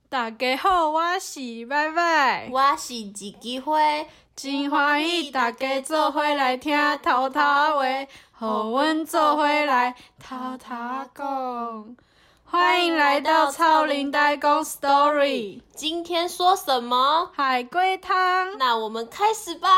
大家好，我是拜拜， 我是自己花， 真欢喜大家做伙来听偷偷话，互阮做伙来偷偷讲。欢迎来到草林代讲 Story， 今天说什么？ 海龟汤。 那我们开始吧。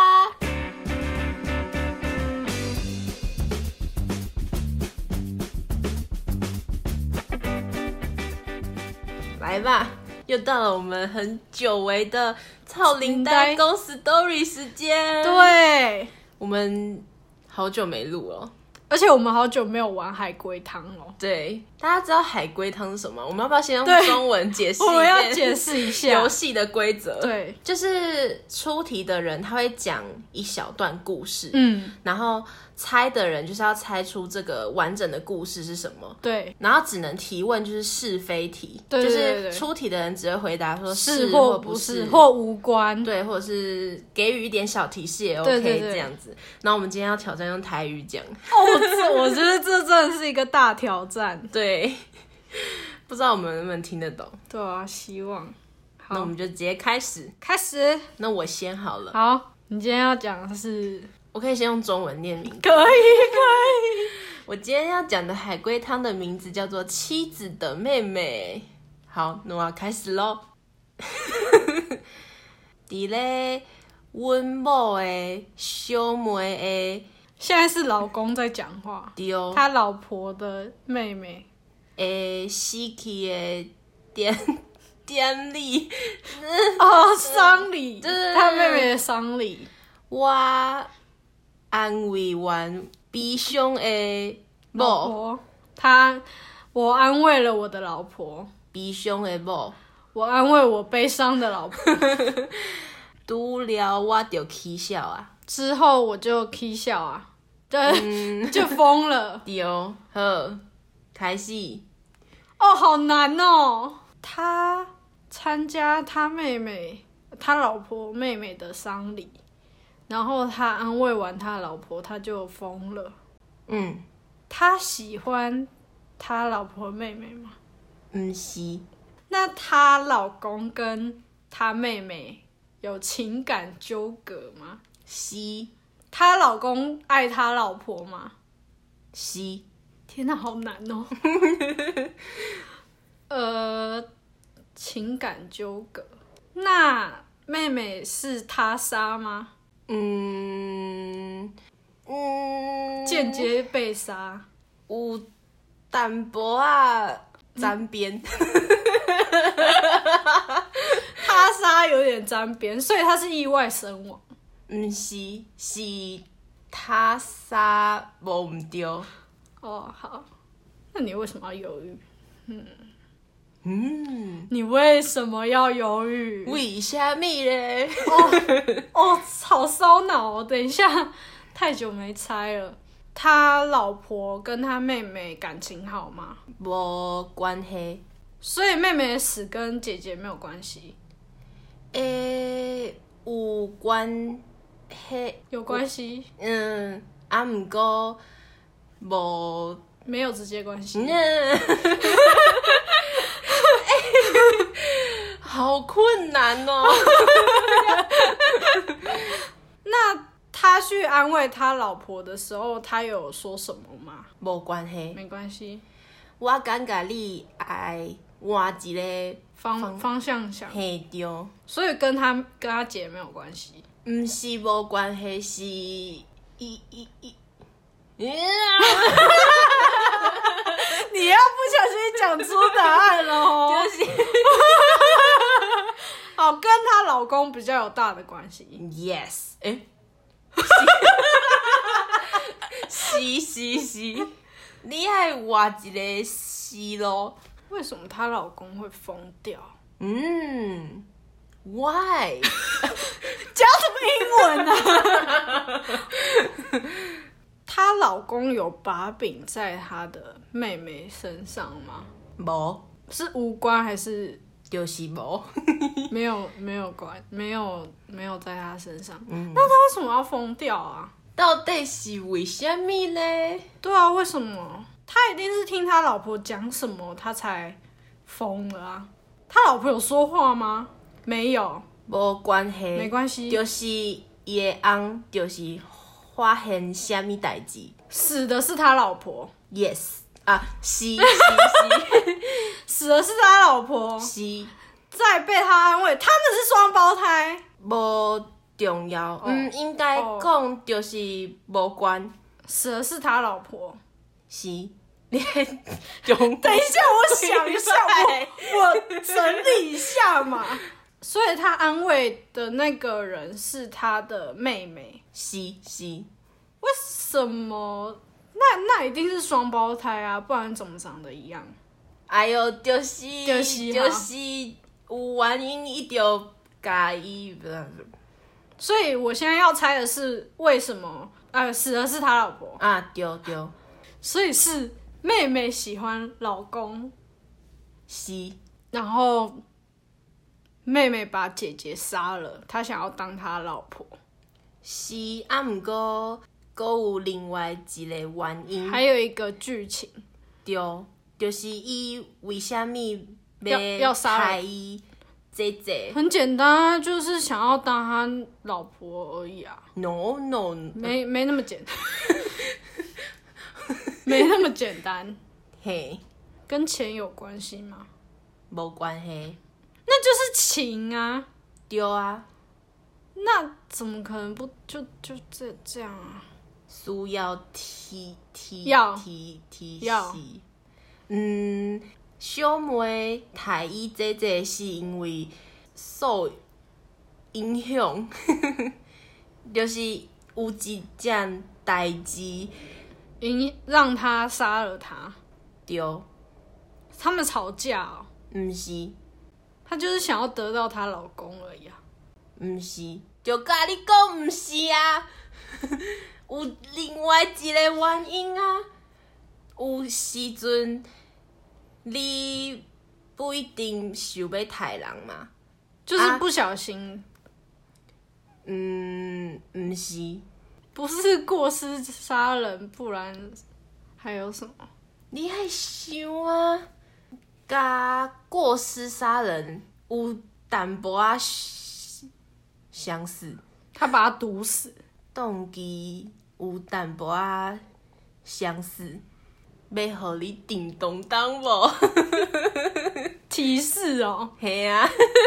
来吧，又到了我们很久违的草林代讲 Story 时间。 对， 我们好久没录了。 而且我们好久没有玩海龟汤了。 对，大家知道海龟汤是什么？我们要不要先用中文解释一遍？ 我们要解释一下游戏的规则。 对， 就是出题的人他会讲一小段故事，然后猜的人就是要猜出这个完整的故事是什么。 对， 然后只能提问，就是是非题。 对对对对， 就是出题的人只会回答说是或不是或无关， 对，或者是给予一点小提示也 OK， 对对对， 这样子。然后我们今天要挑战用台语讲。 我觉得这真的是一个大挑战。 对，不知道我们能不能听得懂。 对啊，希望。好， 那我们就直接开始。 那我先好了。 好，你今天要讲的是， 我可以先用中文念名。 可以。 我今天要讲的海龟汤的名字叫做《妻子的妹妹》。好，那我要开始咯。伫咧阮某的小妹的， 现在是老公在讲话， 对， 他老婆的妹妹死去的典礼， 丧礼，他妹妹的丧礼， 我安慰完悲伤的某， 我安慰了我的老婆， 悲伤的某， 我安慰我悲伤的老婆。 除了我就起笑啊， 之后我就起笑啊，对，就疯了。 对，好，开始。 哦，好难哦。他参加他老婆妹妹的丧礼，然后他安慰完他老婆，他就疯了。他喜欢他老婆妹妹吗？ 不是。 那她老公跟他妹妹有情感纠葛吗？ 是。 她老公爱他老婆吗？ 是。 天哪，好难哦。情感纠葛。那妹妹是他杀吗？间接被杀。 有淡薄啊沾边。 他杀有点沾边，所以他是意外身亡。 不是，是他杀无唔对。 哦，好，那你为什么要犹豫？你为什么要犹豫？ 为什么咧？ 好烧脑哦！等一下，太久没猜了。他老婆跟他妹妹感情好吗？ 无关系。 所以妹妹的死跟姐姐没有关系。 有关系。 有关系。 不过没有直接关系。 好困难哦。 那他去安慰他老婆的时候，他有说什么吗？ 没关系。 没关系。 我感觉你爱换一个方向想。 嘿，对。 所以跟他姐没有关系。 不是没关系，是你要不小心讲出答案了哦。好，跟她老公比较有大的关系。 Yes， 是，你还换一个是咯？ 为什么她老公会疯掉 ？Why？ 讲什么英文啊？她老公有把柄在她的妹妹身上吗？ 无。 是无关还是？ 就是无。 没有关，没有在她身上。那她为什么要疯掉啊？ 到底是为什么呢？ 对啊，为什么？他一定是听他老婆讲什么，他才疯了啊。 他老婆有说话吗？没有， 无关系， 没关系， 就是伊的翁就是发现什么代志， 死的是他老婆。 yes 啊，是死的是他老婆， 是， 再被他安慰，他们是双胞胎， 无重要，应该讲就是无关， 死的是他老婆， 是。你等一下，我想一下，我整理一下嘛。所以他安慰的那个人是他的妹妹， 是， 为什么？那一定是双胞胎啊，不然怎么长得一样？ 哎呦，就是有原因，伊就甲伊。 所以我现在要猜的是为什么？死的是他老婆啊，对， 所以是妹妹喜欢老公， 是， 然后妹妹把姐姐杀了，她想要当她老婆。 是啊，不过还有另外一个原因， 还有一个剧情， 对，就是伊为什么要杀伊姐姐？ 很简单，就是想要当他老婆而已啊。 No， 没那么简单，没那么简单。 嘿， 跟钱有关系吗？ 无关系，那就是情啊。 对啊， 那怎么可能不就这样啊？ 需要提示。小妹太伊姐姐是因为受影响，就是有一件代志让他杀了他。 对， 他们吵架哦。 不是， 他就是想要得到她老公而已啊。 不是，就甲你讲不是啊，有另外一个原因啊。有时阵你不一定想要杀人嘛， 就是不小心。 不是， 不是过失杀人，不然还有什么？ 你还想啊？甲过失杀人有淡薄仔相似， 他把他毒死， 动机有淡薄仔相似，要互你叮咚当无？ 提示哦。 嘿啊，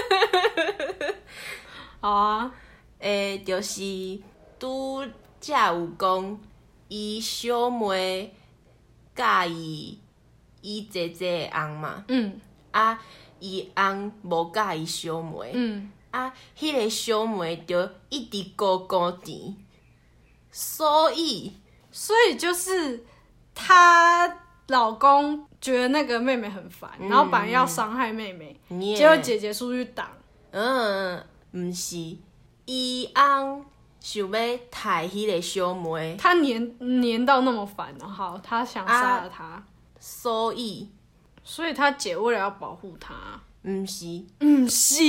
好啊， 就是拄则有讲，伊小妹介意伊姐姐的翁嘛，伊翁无介意小妹，迄个小妹就一直高甜，所以就是她老公觉得那个妹妹很烦，然后本来要伤害妹妹，结果姐姐出去挡。 不是，伊翁想要害迄个小妹， 他黏到那么烦哦，好，他想杀了她， 所以他姐为了要保护她， 不是， 不是，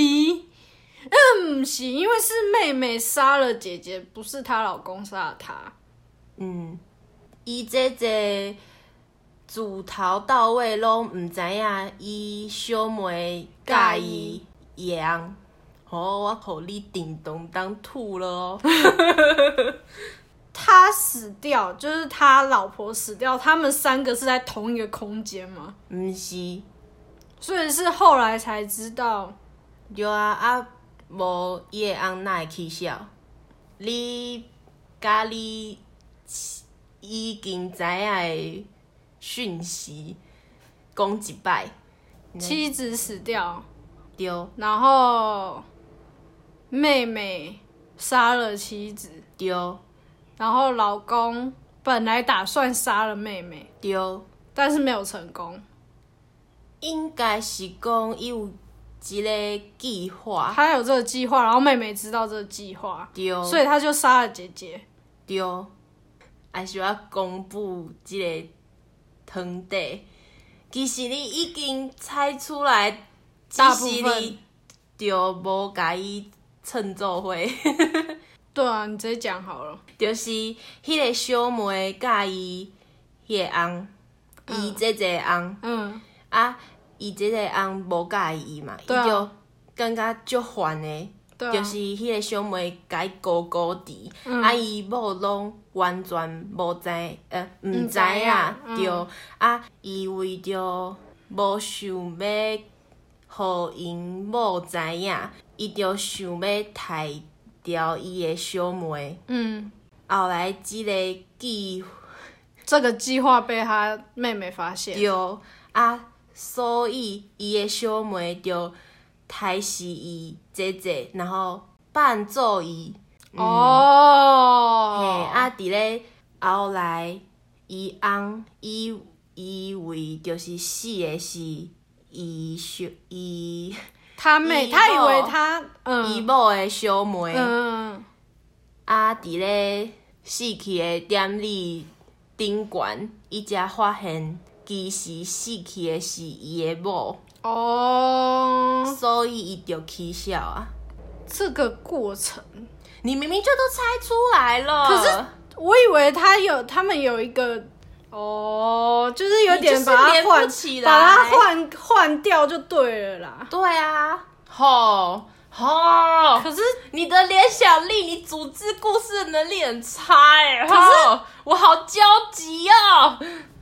因为是妹妹杀了姐姐，不是她老公杀了她。 伊姐姐自头到尾拢唔知影伊小妹介意伊的翁。我互你叮咚当吐了哦。 他死掉，就是他老婆死掉，他们三个是在同一个空间吗？ 不是， 所以是后来才知道。 对啊，无伊的翁哪会起笑？你甲你已经知影的讯息讲一摆， 妻子死掉， 对， 然后妹妹杀了妻子， 对， 然后老公本来打算杀了妹妹， 对， 但是没有成功。 应该是讲伊有一个计划， 他有这个计划，然后妹妹知道这个计划， 对， 所以他就杀了姐姐， 对，还是要公布这个汤底。其实你已经猜出来， 大部分只是你就无甲伊称作伙。 对啊，你直接讲好了。 就是迄个小妹介意迄个翁，伊姐姐的翁。 伊即个翁无介意伊嘛，伊、就感觉足烦的。就是迄个小妹甲伊高高伫，伊某拢完全无知，毋知影，对，伊为着无想要互因某知影，伊就想要杀掉伊的小妹。后来这个计划被他妹妹发现。 对，所以伊的小妹就杀死伊姐姐，然后扮做伊。嘿，伫咧后来，伊翁以为就是死的是他以为他伊某的小妹。伫咧死去的典礼顶悬，伊才发现其实死去的是伊的某。所以伊就起笑啊！ 这个过程， 你明明就都猜出来了。 可是我以为他们有一个就是有点把它换掉就对了啦。 对啊，可是你的联想力，你组织故事的能力很差欸。可是我好焦急哦。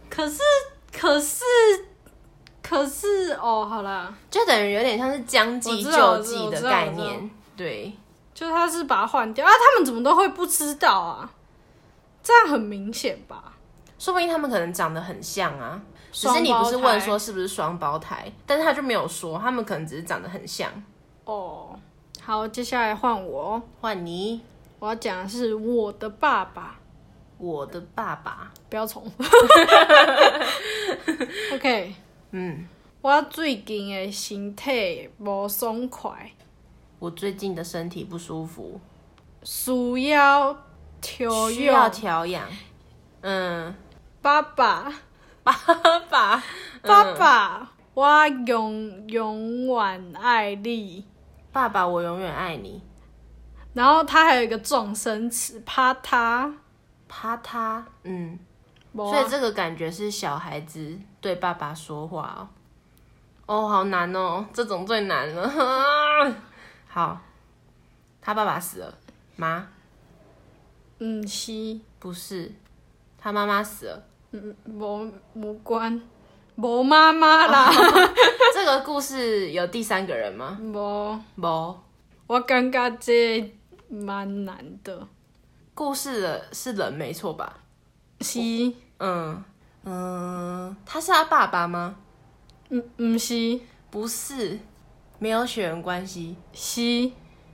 可是好啦， 就等于有点像是将计就计的概念，对， 就他是把它换掉他们怎么都会不知道啊？这样很明显吧？ 说不定他们可能长得很像啊，只是你不是问说是不是双胞胎，但是他就没有说，他们可能只是长得很像。 好，接下来换我， 换你， 我要讲的是我的爸爸。 我的爸爸， 不要重复。OK。我最近的身体无爽快， 我最近的身体不舒服， 需要调养。爸爸，我永远爱你。 爸爸，我永远爱你。 然后他还有一个状声词，啪嗒， 所以这个感觉是小孩子对爸爸说话好难哦，这种最难了。好，他爸爸死了吗？不是，他妈妈死了。 无关，无妈妈啦。 这个故事有第三个人吗？无。 我感觉这蛮难的。 故事的是人没错吧？ 是。 他是他爸爸吗？ 不是。 不是，没有血缘关系。 是。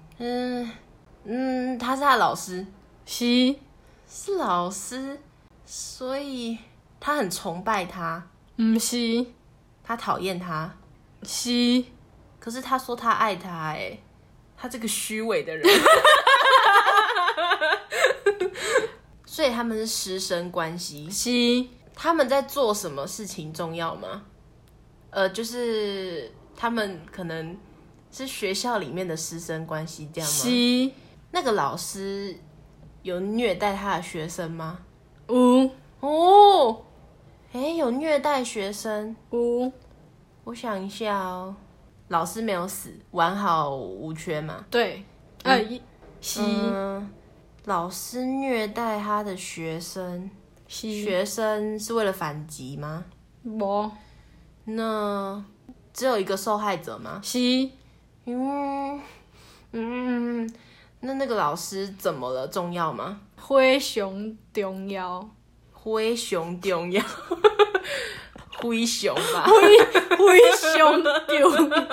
他是他的老师。 是老师，所以他很崇拜他。 不是。 他讨厌他。 是。 可是他说他爱他他这个虚伪的人。所以他们是师生关系。 是。 他们在做什么事情重要吗？就是他们可能是学校里面的师生关系，这样吗？ 是。 那个老师有虐待他的学生吗？ 有。 有虐待学生？ 有。 我想一下老师没有死，完好无缺嘛？ 对。是。 老师虐待他的学生，学生是为了反击吗？ 没。 那只有一个受害者吗？ 是。 那个老师怎么了？重要吗？ 非常重要。 非常重要。非常吧。 非常重要。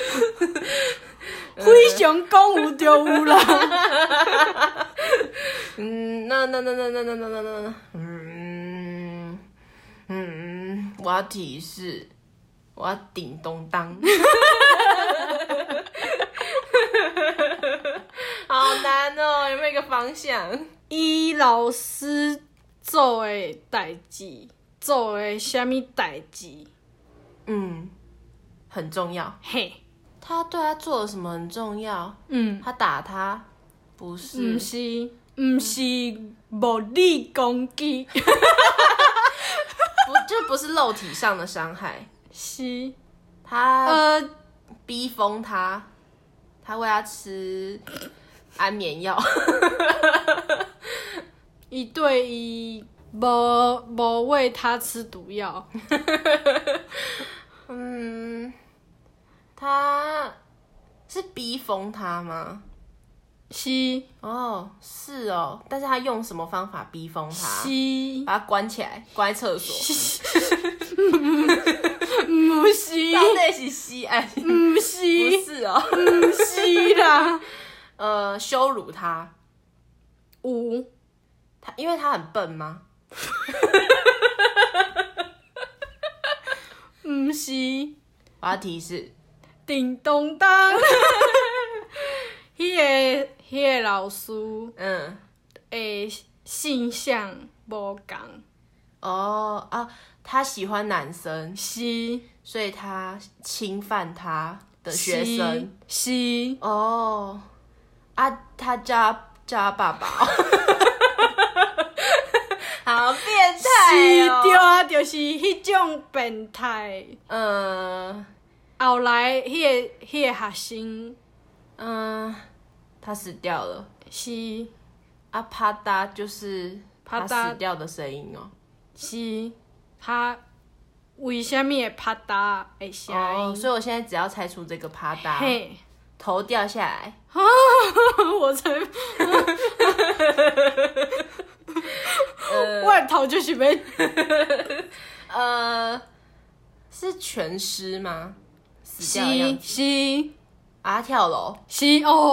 非常讲有就有啦。 我要提示，我要叮咚当。好难哦，有没有一个方向？ 伊老师做的代志，做的什么代志？ 很重要。 嘿， 他对他做了什么很重要？他打他？不是。 不是物理攻击。 就不是肉体上的伤害。 是。 他逼疯他喂他吃安眠药。 一对一无喂他吃毒药。 他是逼疯他吗？ 是哦，是哦，但是他用什么方法逼疯他？ 是把他关起来，关在厕所。 不是， 到底是西安？ 不是， 不是哦， 不是啦。 羞辱他。 有他因为他很笨吗？ 不是。 我要提示。 叮咚当。迄个老师，性向无同。 哦啊，他喜欢男生， 是， 所以他侵犯他的学生。 是。 哦，啊，他叫他爸爸。好变态哦！ 是对啊，就是迄种变态。后来迄个学生， 他死掉了。 是啊，啪嗒就是他死掉的声音哦。 是，他为什么会啪嗒的声音？ 所以我现在只要猜出这个啪嗒，头掉下来。 我才。我的头就是要。 是全尸吗？死掉的样子。 是。 啊，跳楼。 是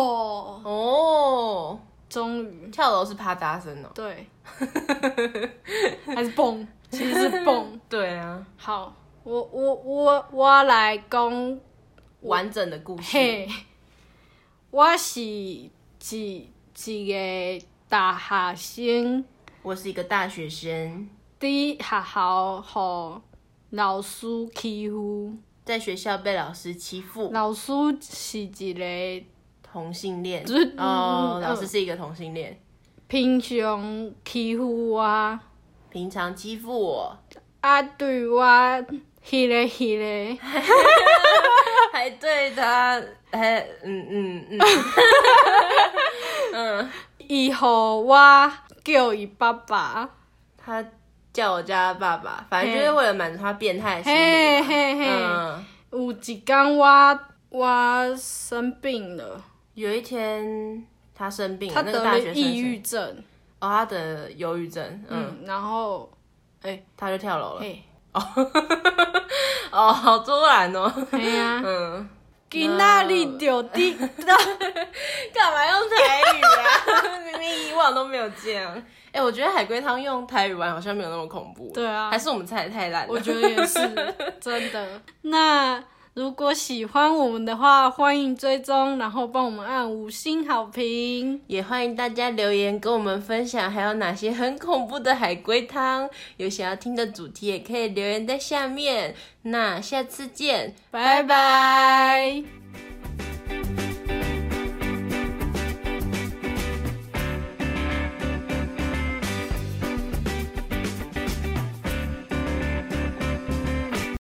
哦，终于跳楼是啪嗒声哦。 对。还是蹦，其实是蹦。 对啊。 好，我来讲完整的故事。 嘿，我是一个大学生。 我是一个大学生。 在学校被老师欺负。 在学校被老师欺负。 老师是一个同性恋。老师是一个同性恋。 平常欺负我。 平常欺负我。 啊，对我迄个。 还对他， 伊予我叫伊爸爸。 他叫我叫他爸爸，反正就是为了满足他变态的心理。 有一天我生病了。 有一天他生病了， 他得了抑郁症。 哦，他得忧郁症。 然后他就跳楼了。好突然哦。 对啊。今仔日就干嘛用台语啊？明明以往都没有这样。我觉得海龟汤用台语玩好像没有那么恐怖。 对啊。 还是我们猜得太烂了。 我觉得也是，真的。那如果喜欢我们的话，欢迎追踪，然后帮我们按5星好评。 也欢迎大家留言跟我们分享，还有哪些很恐怖的海龟汤，有想要听的主题也可以留言在下面。那下次见， 拜拜。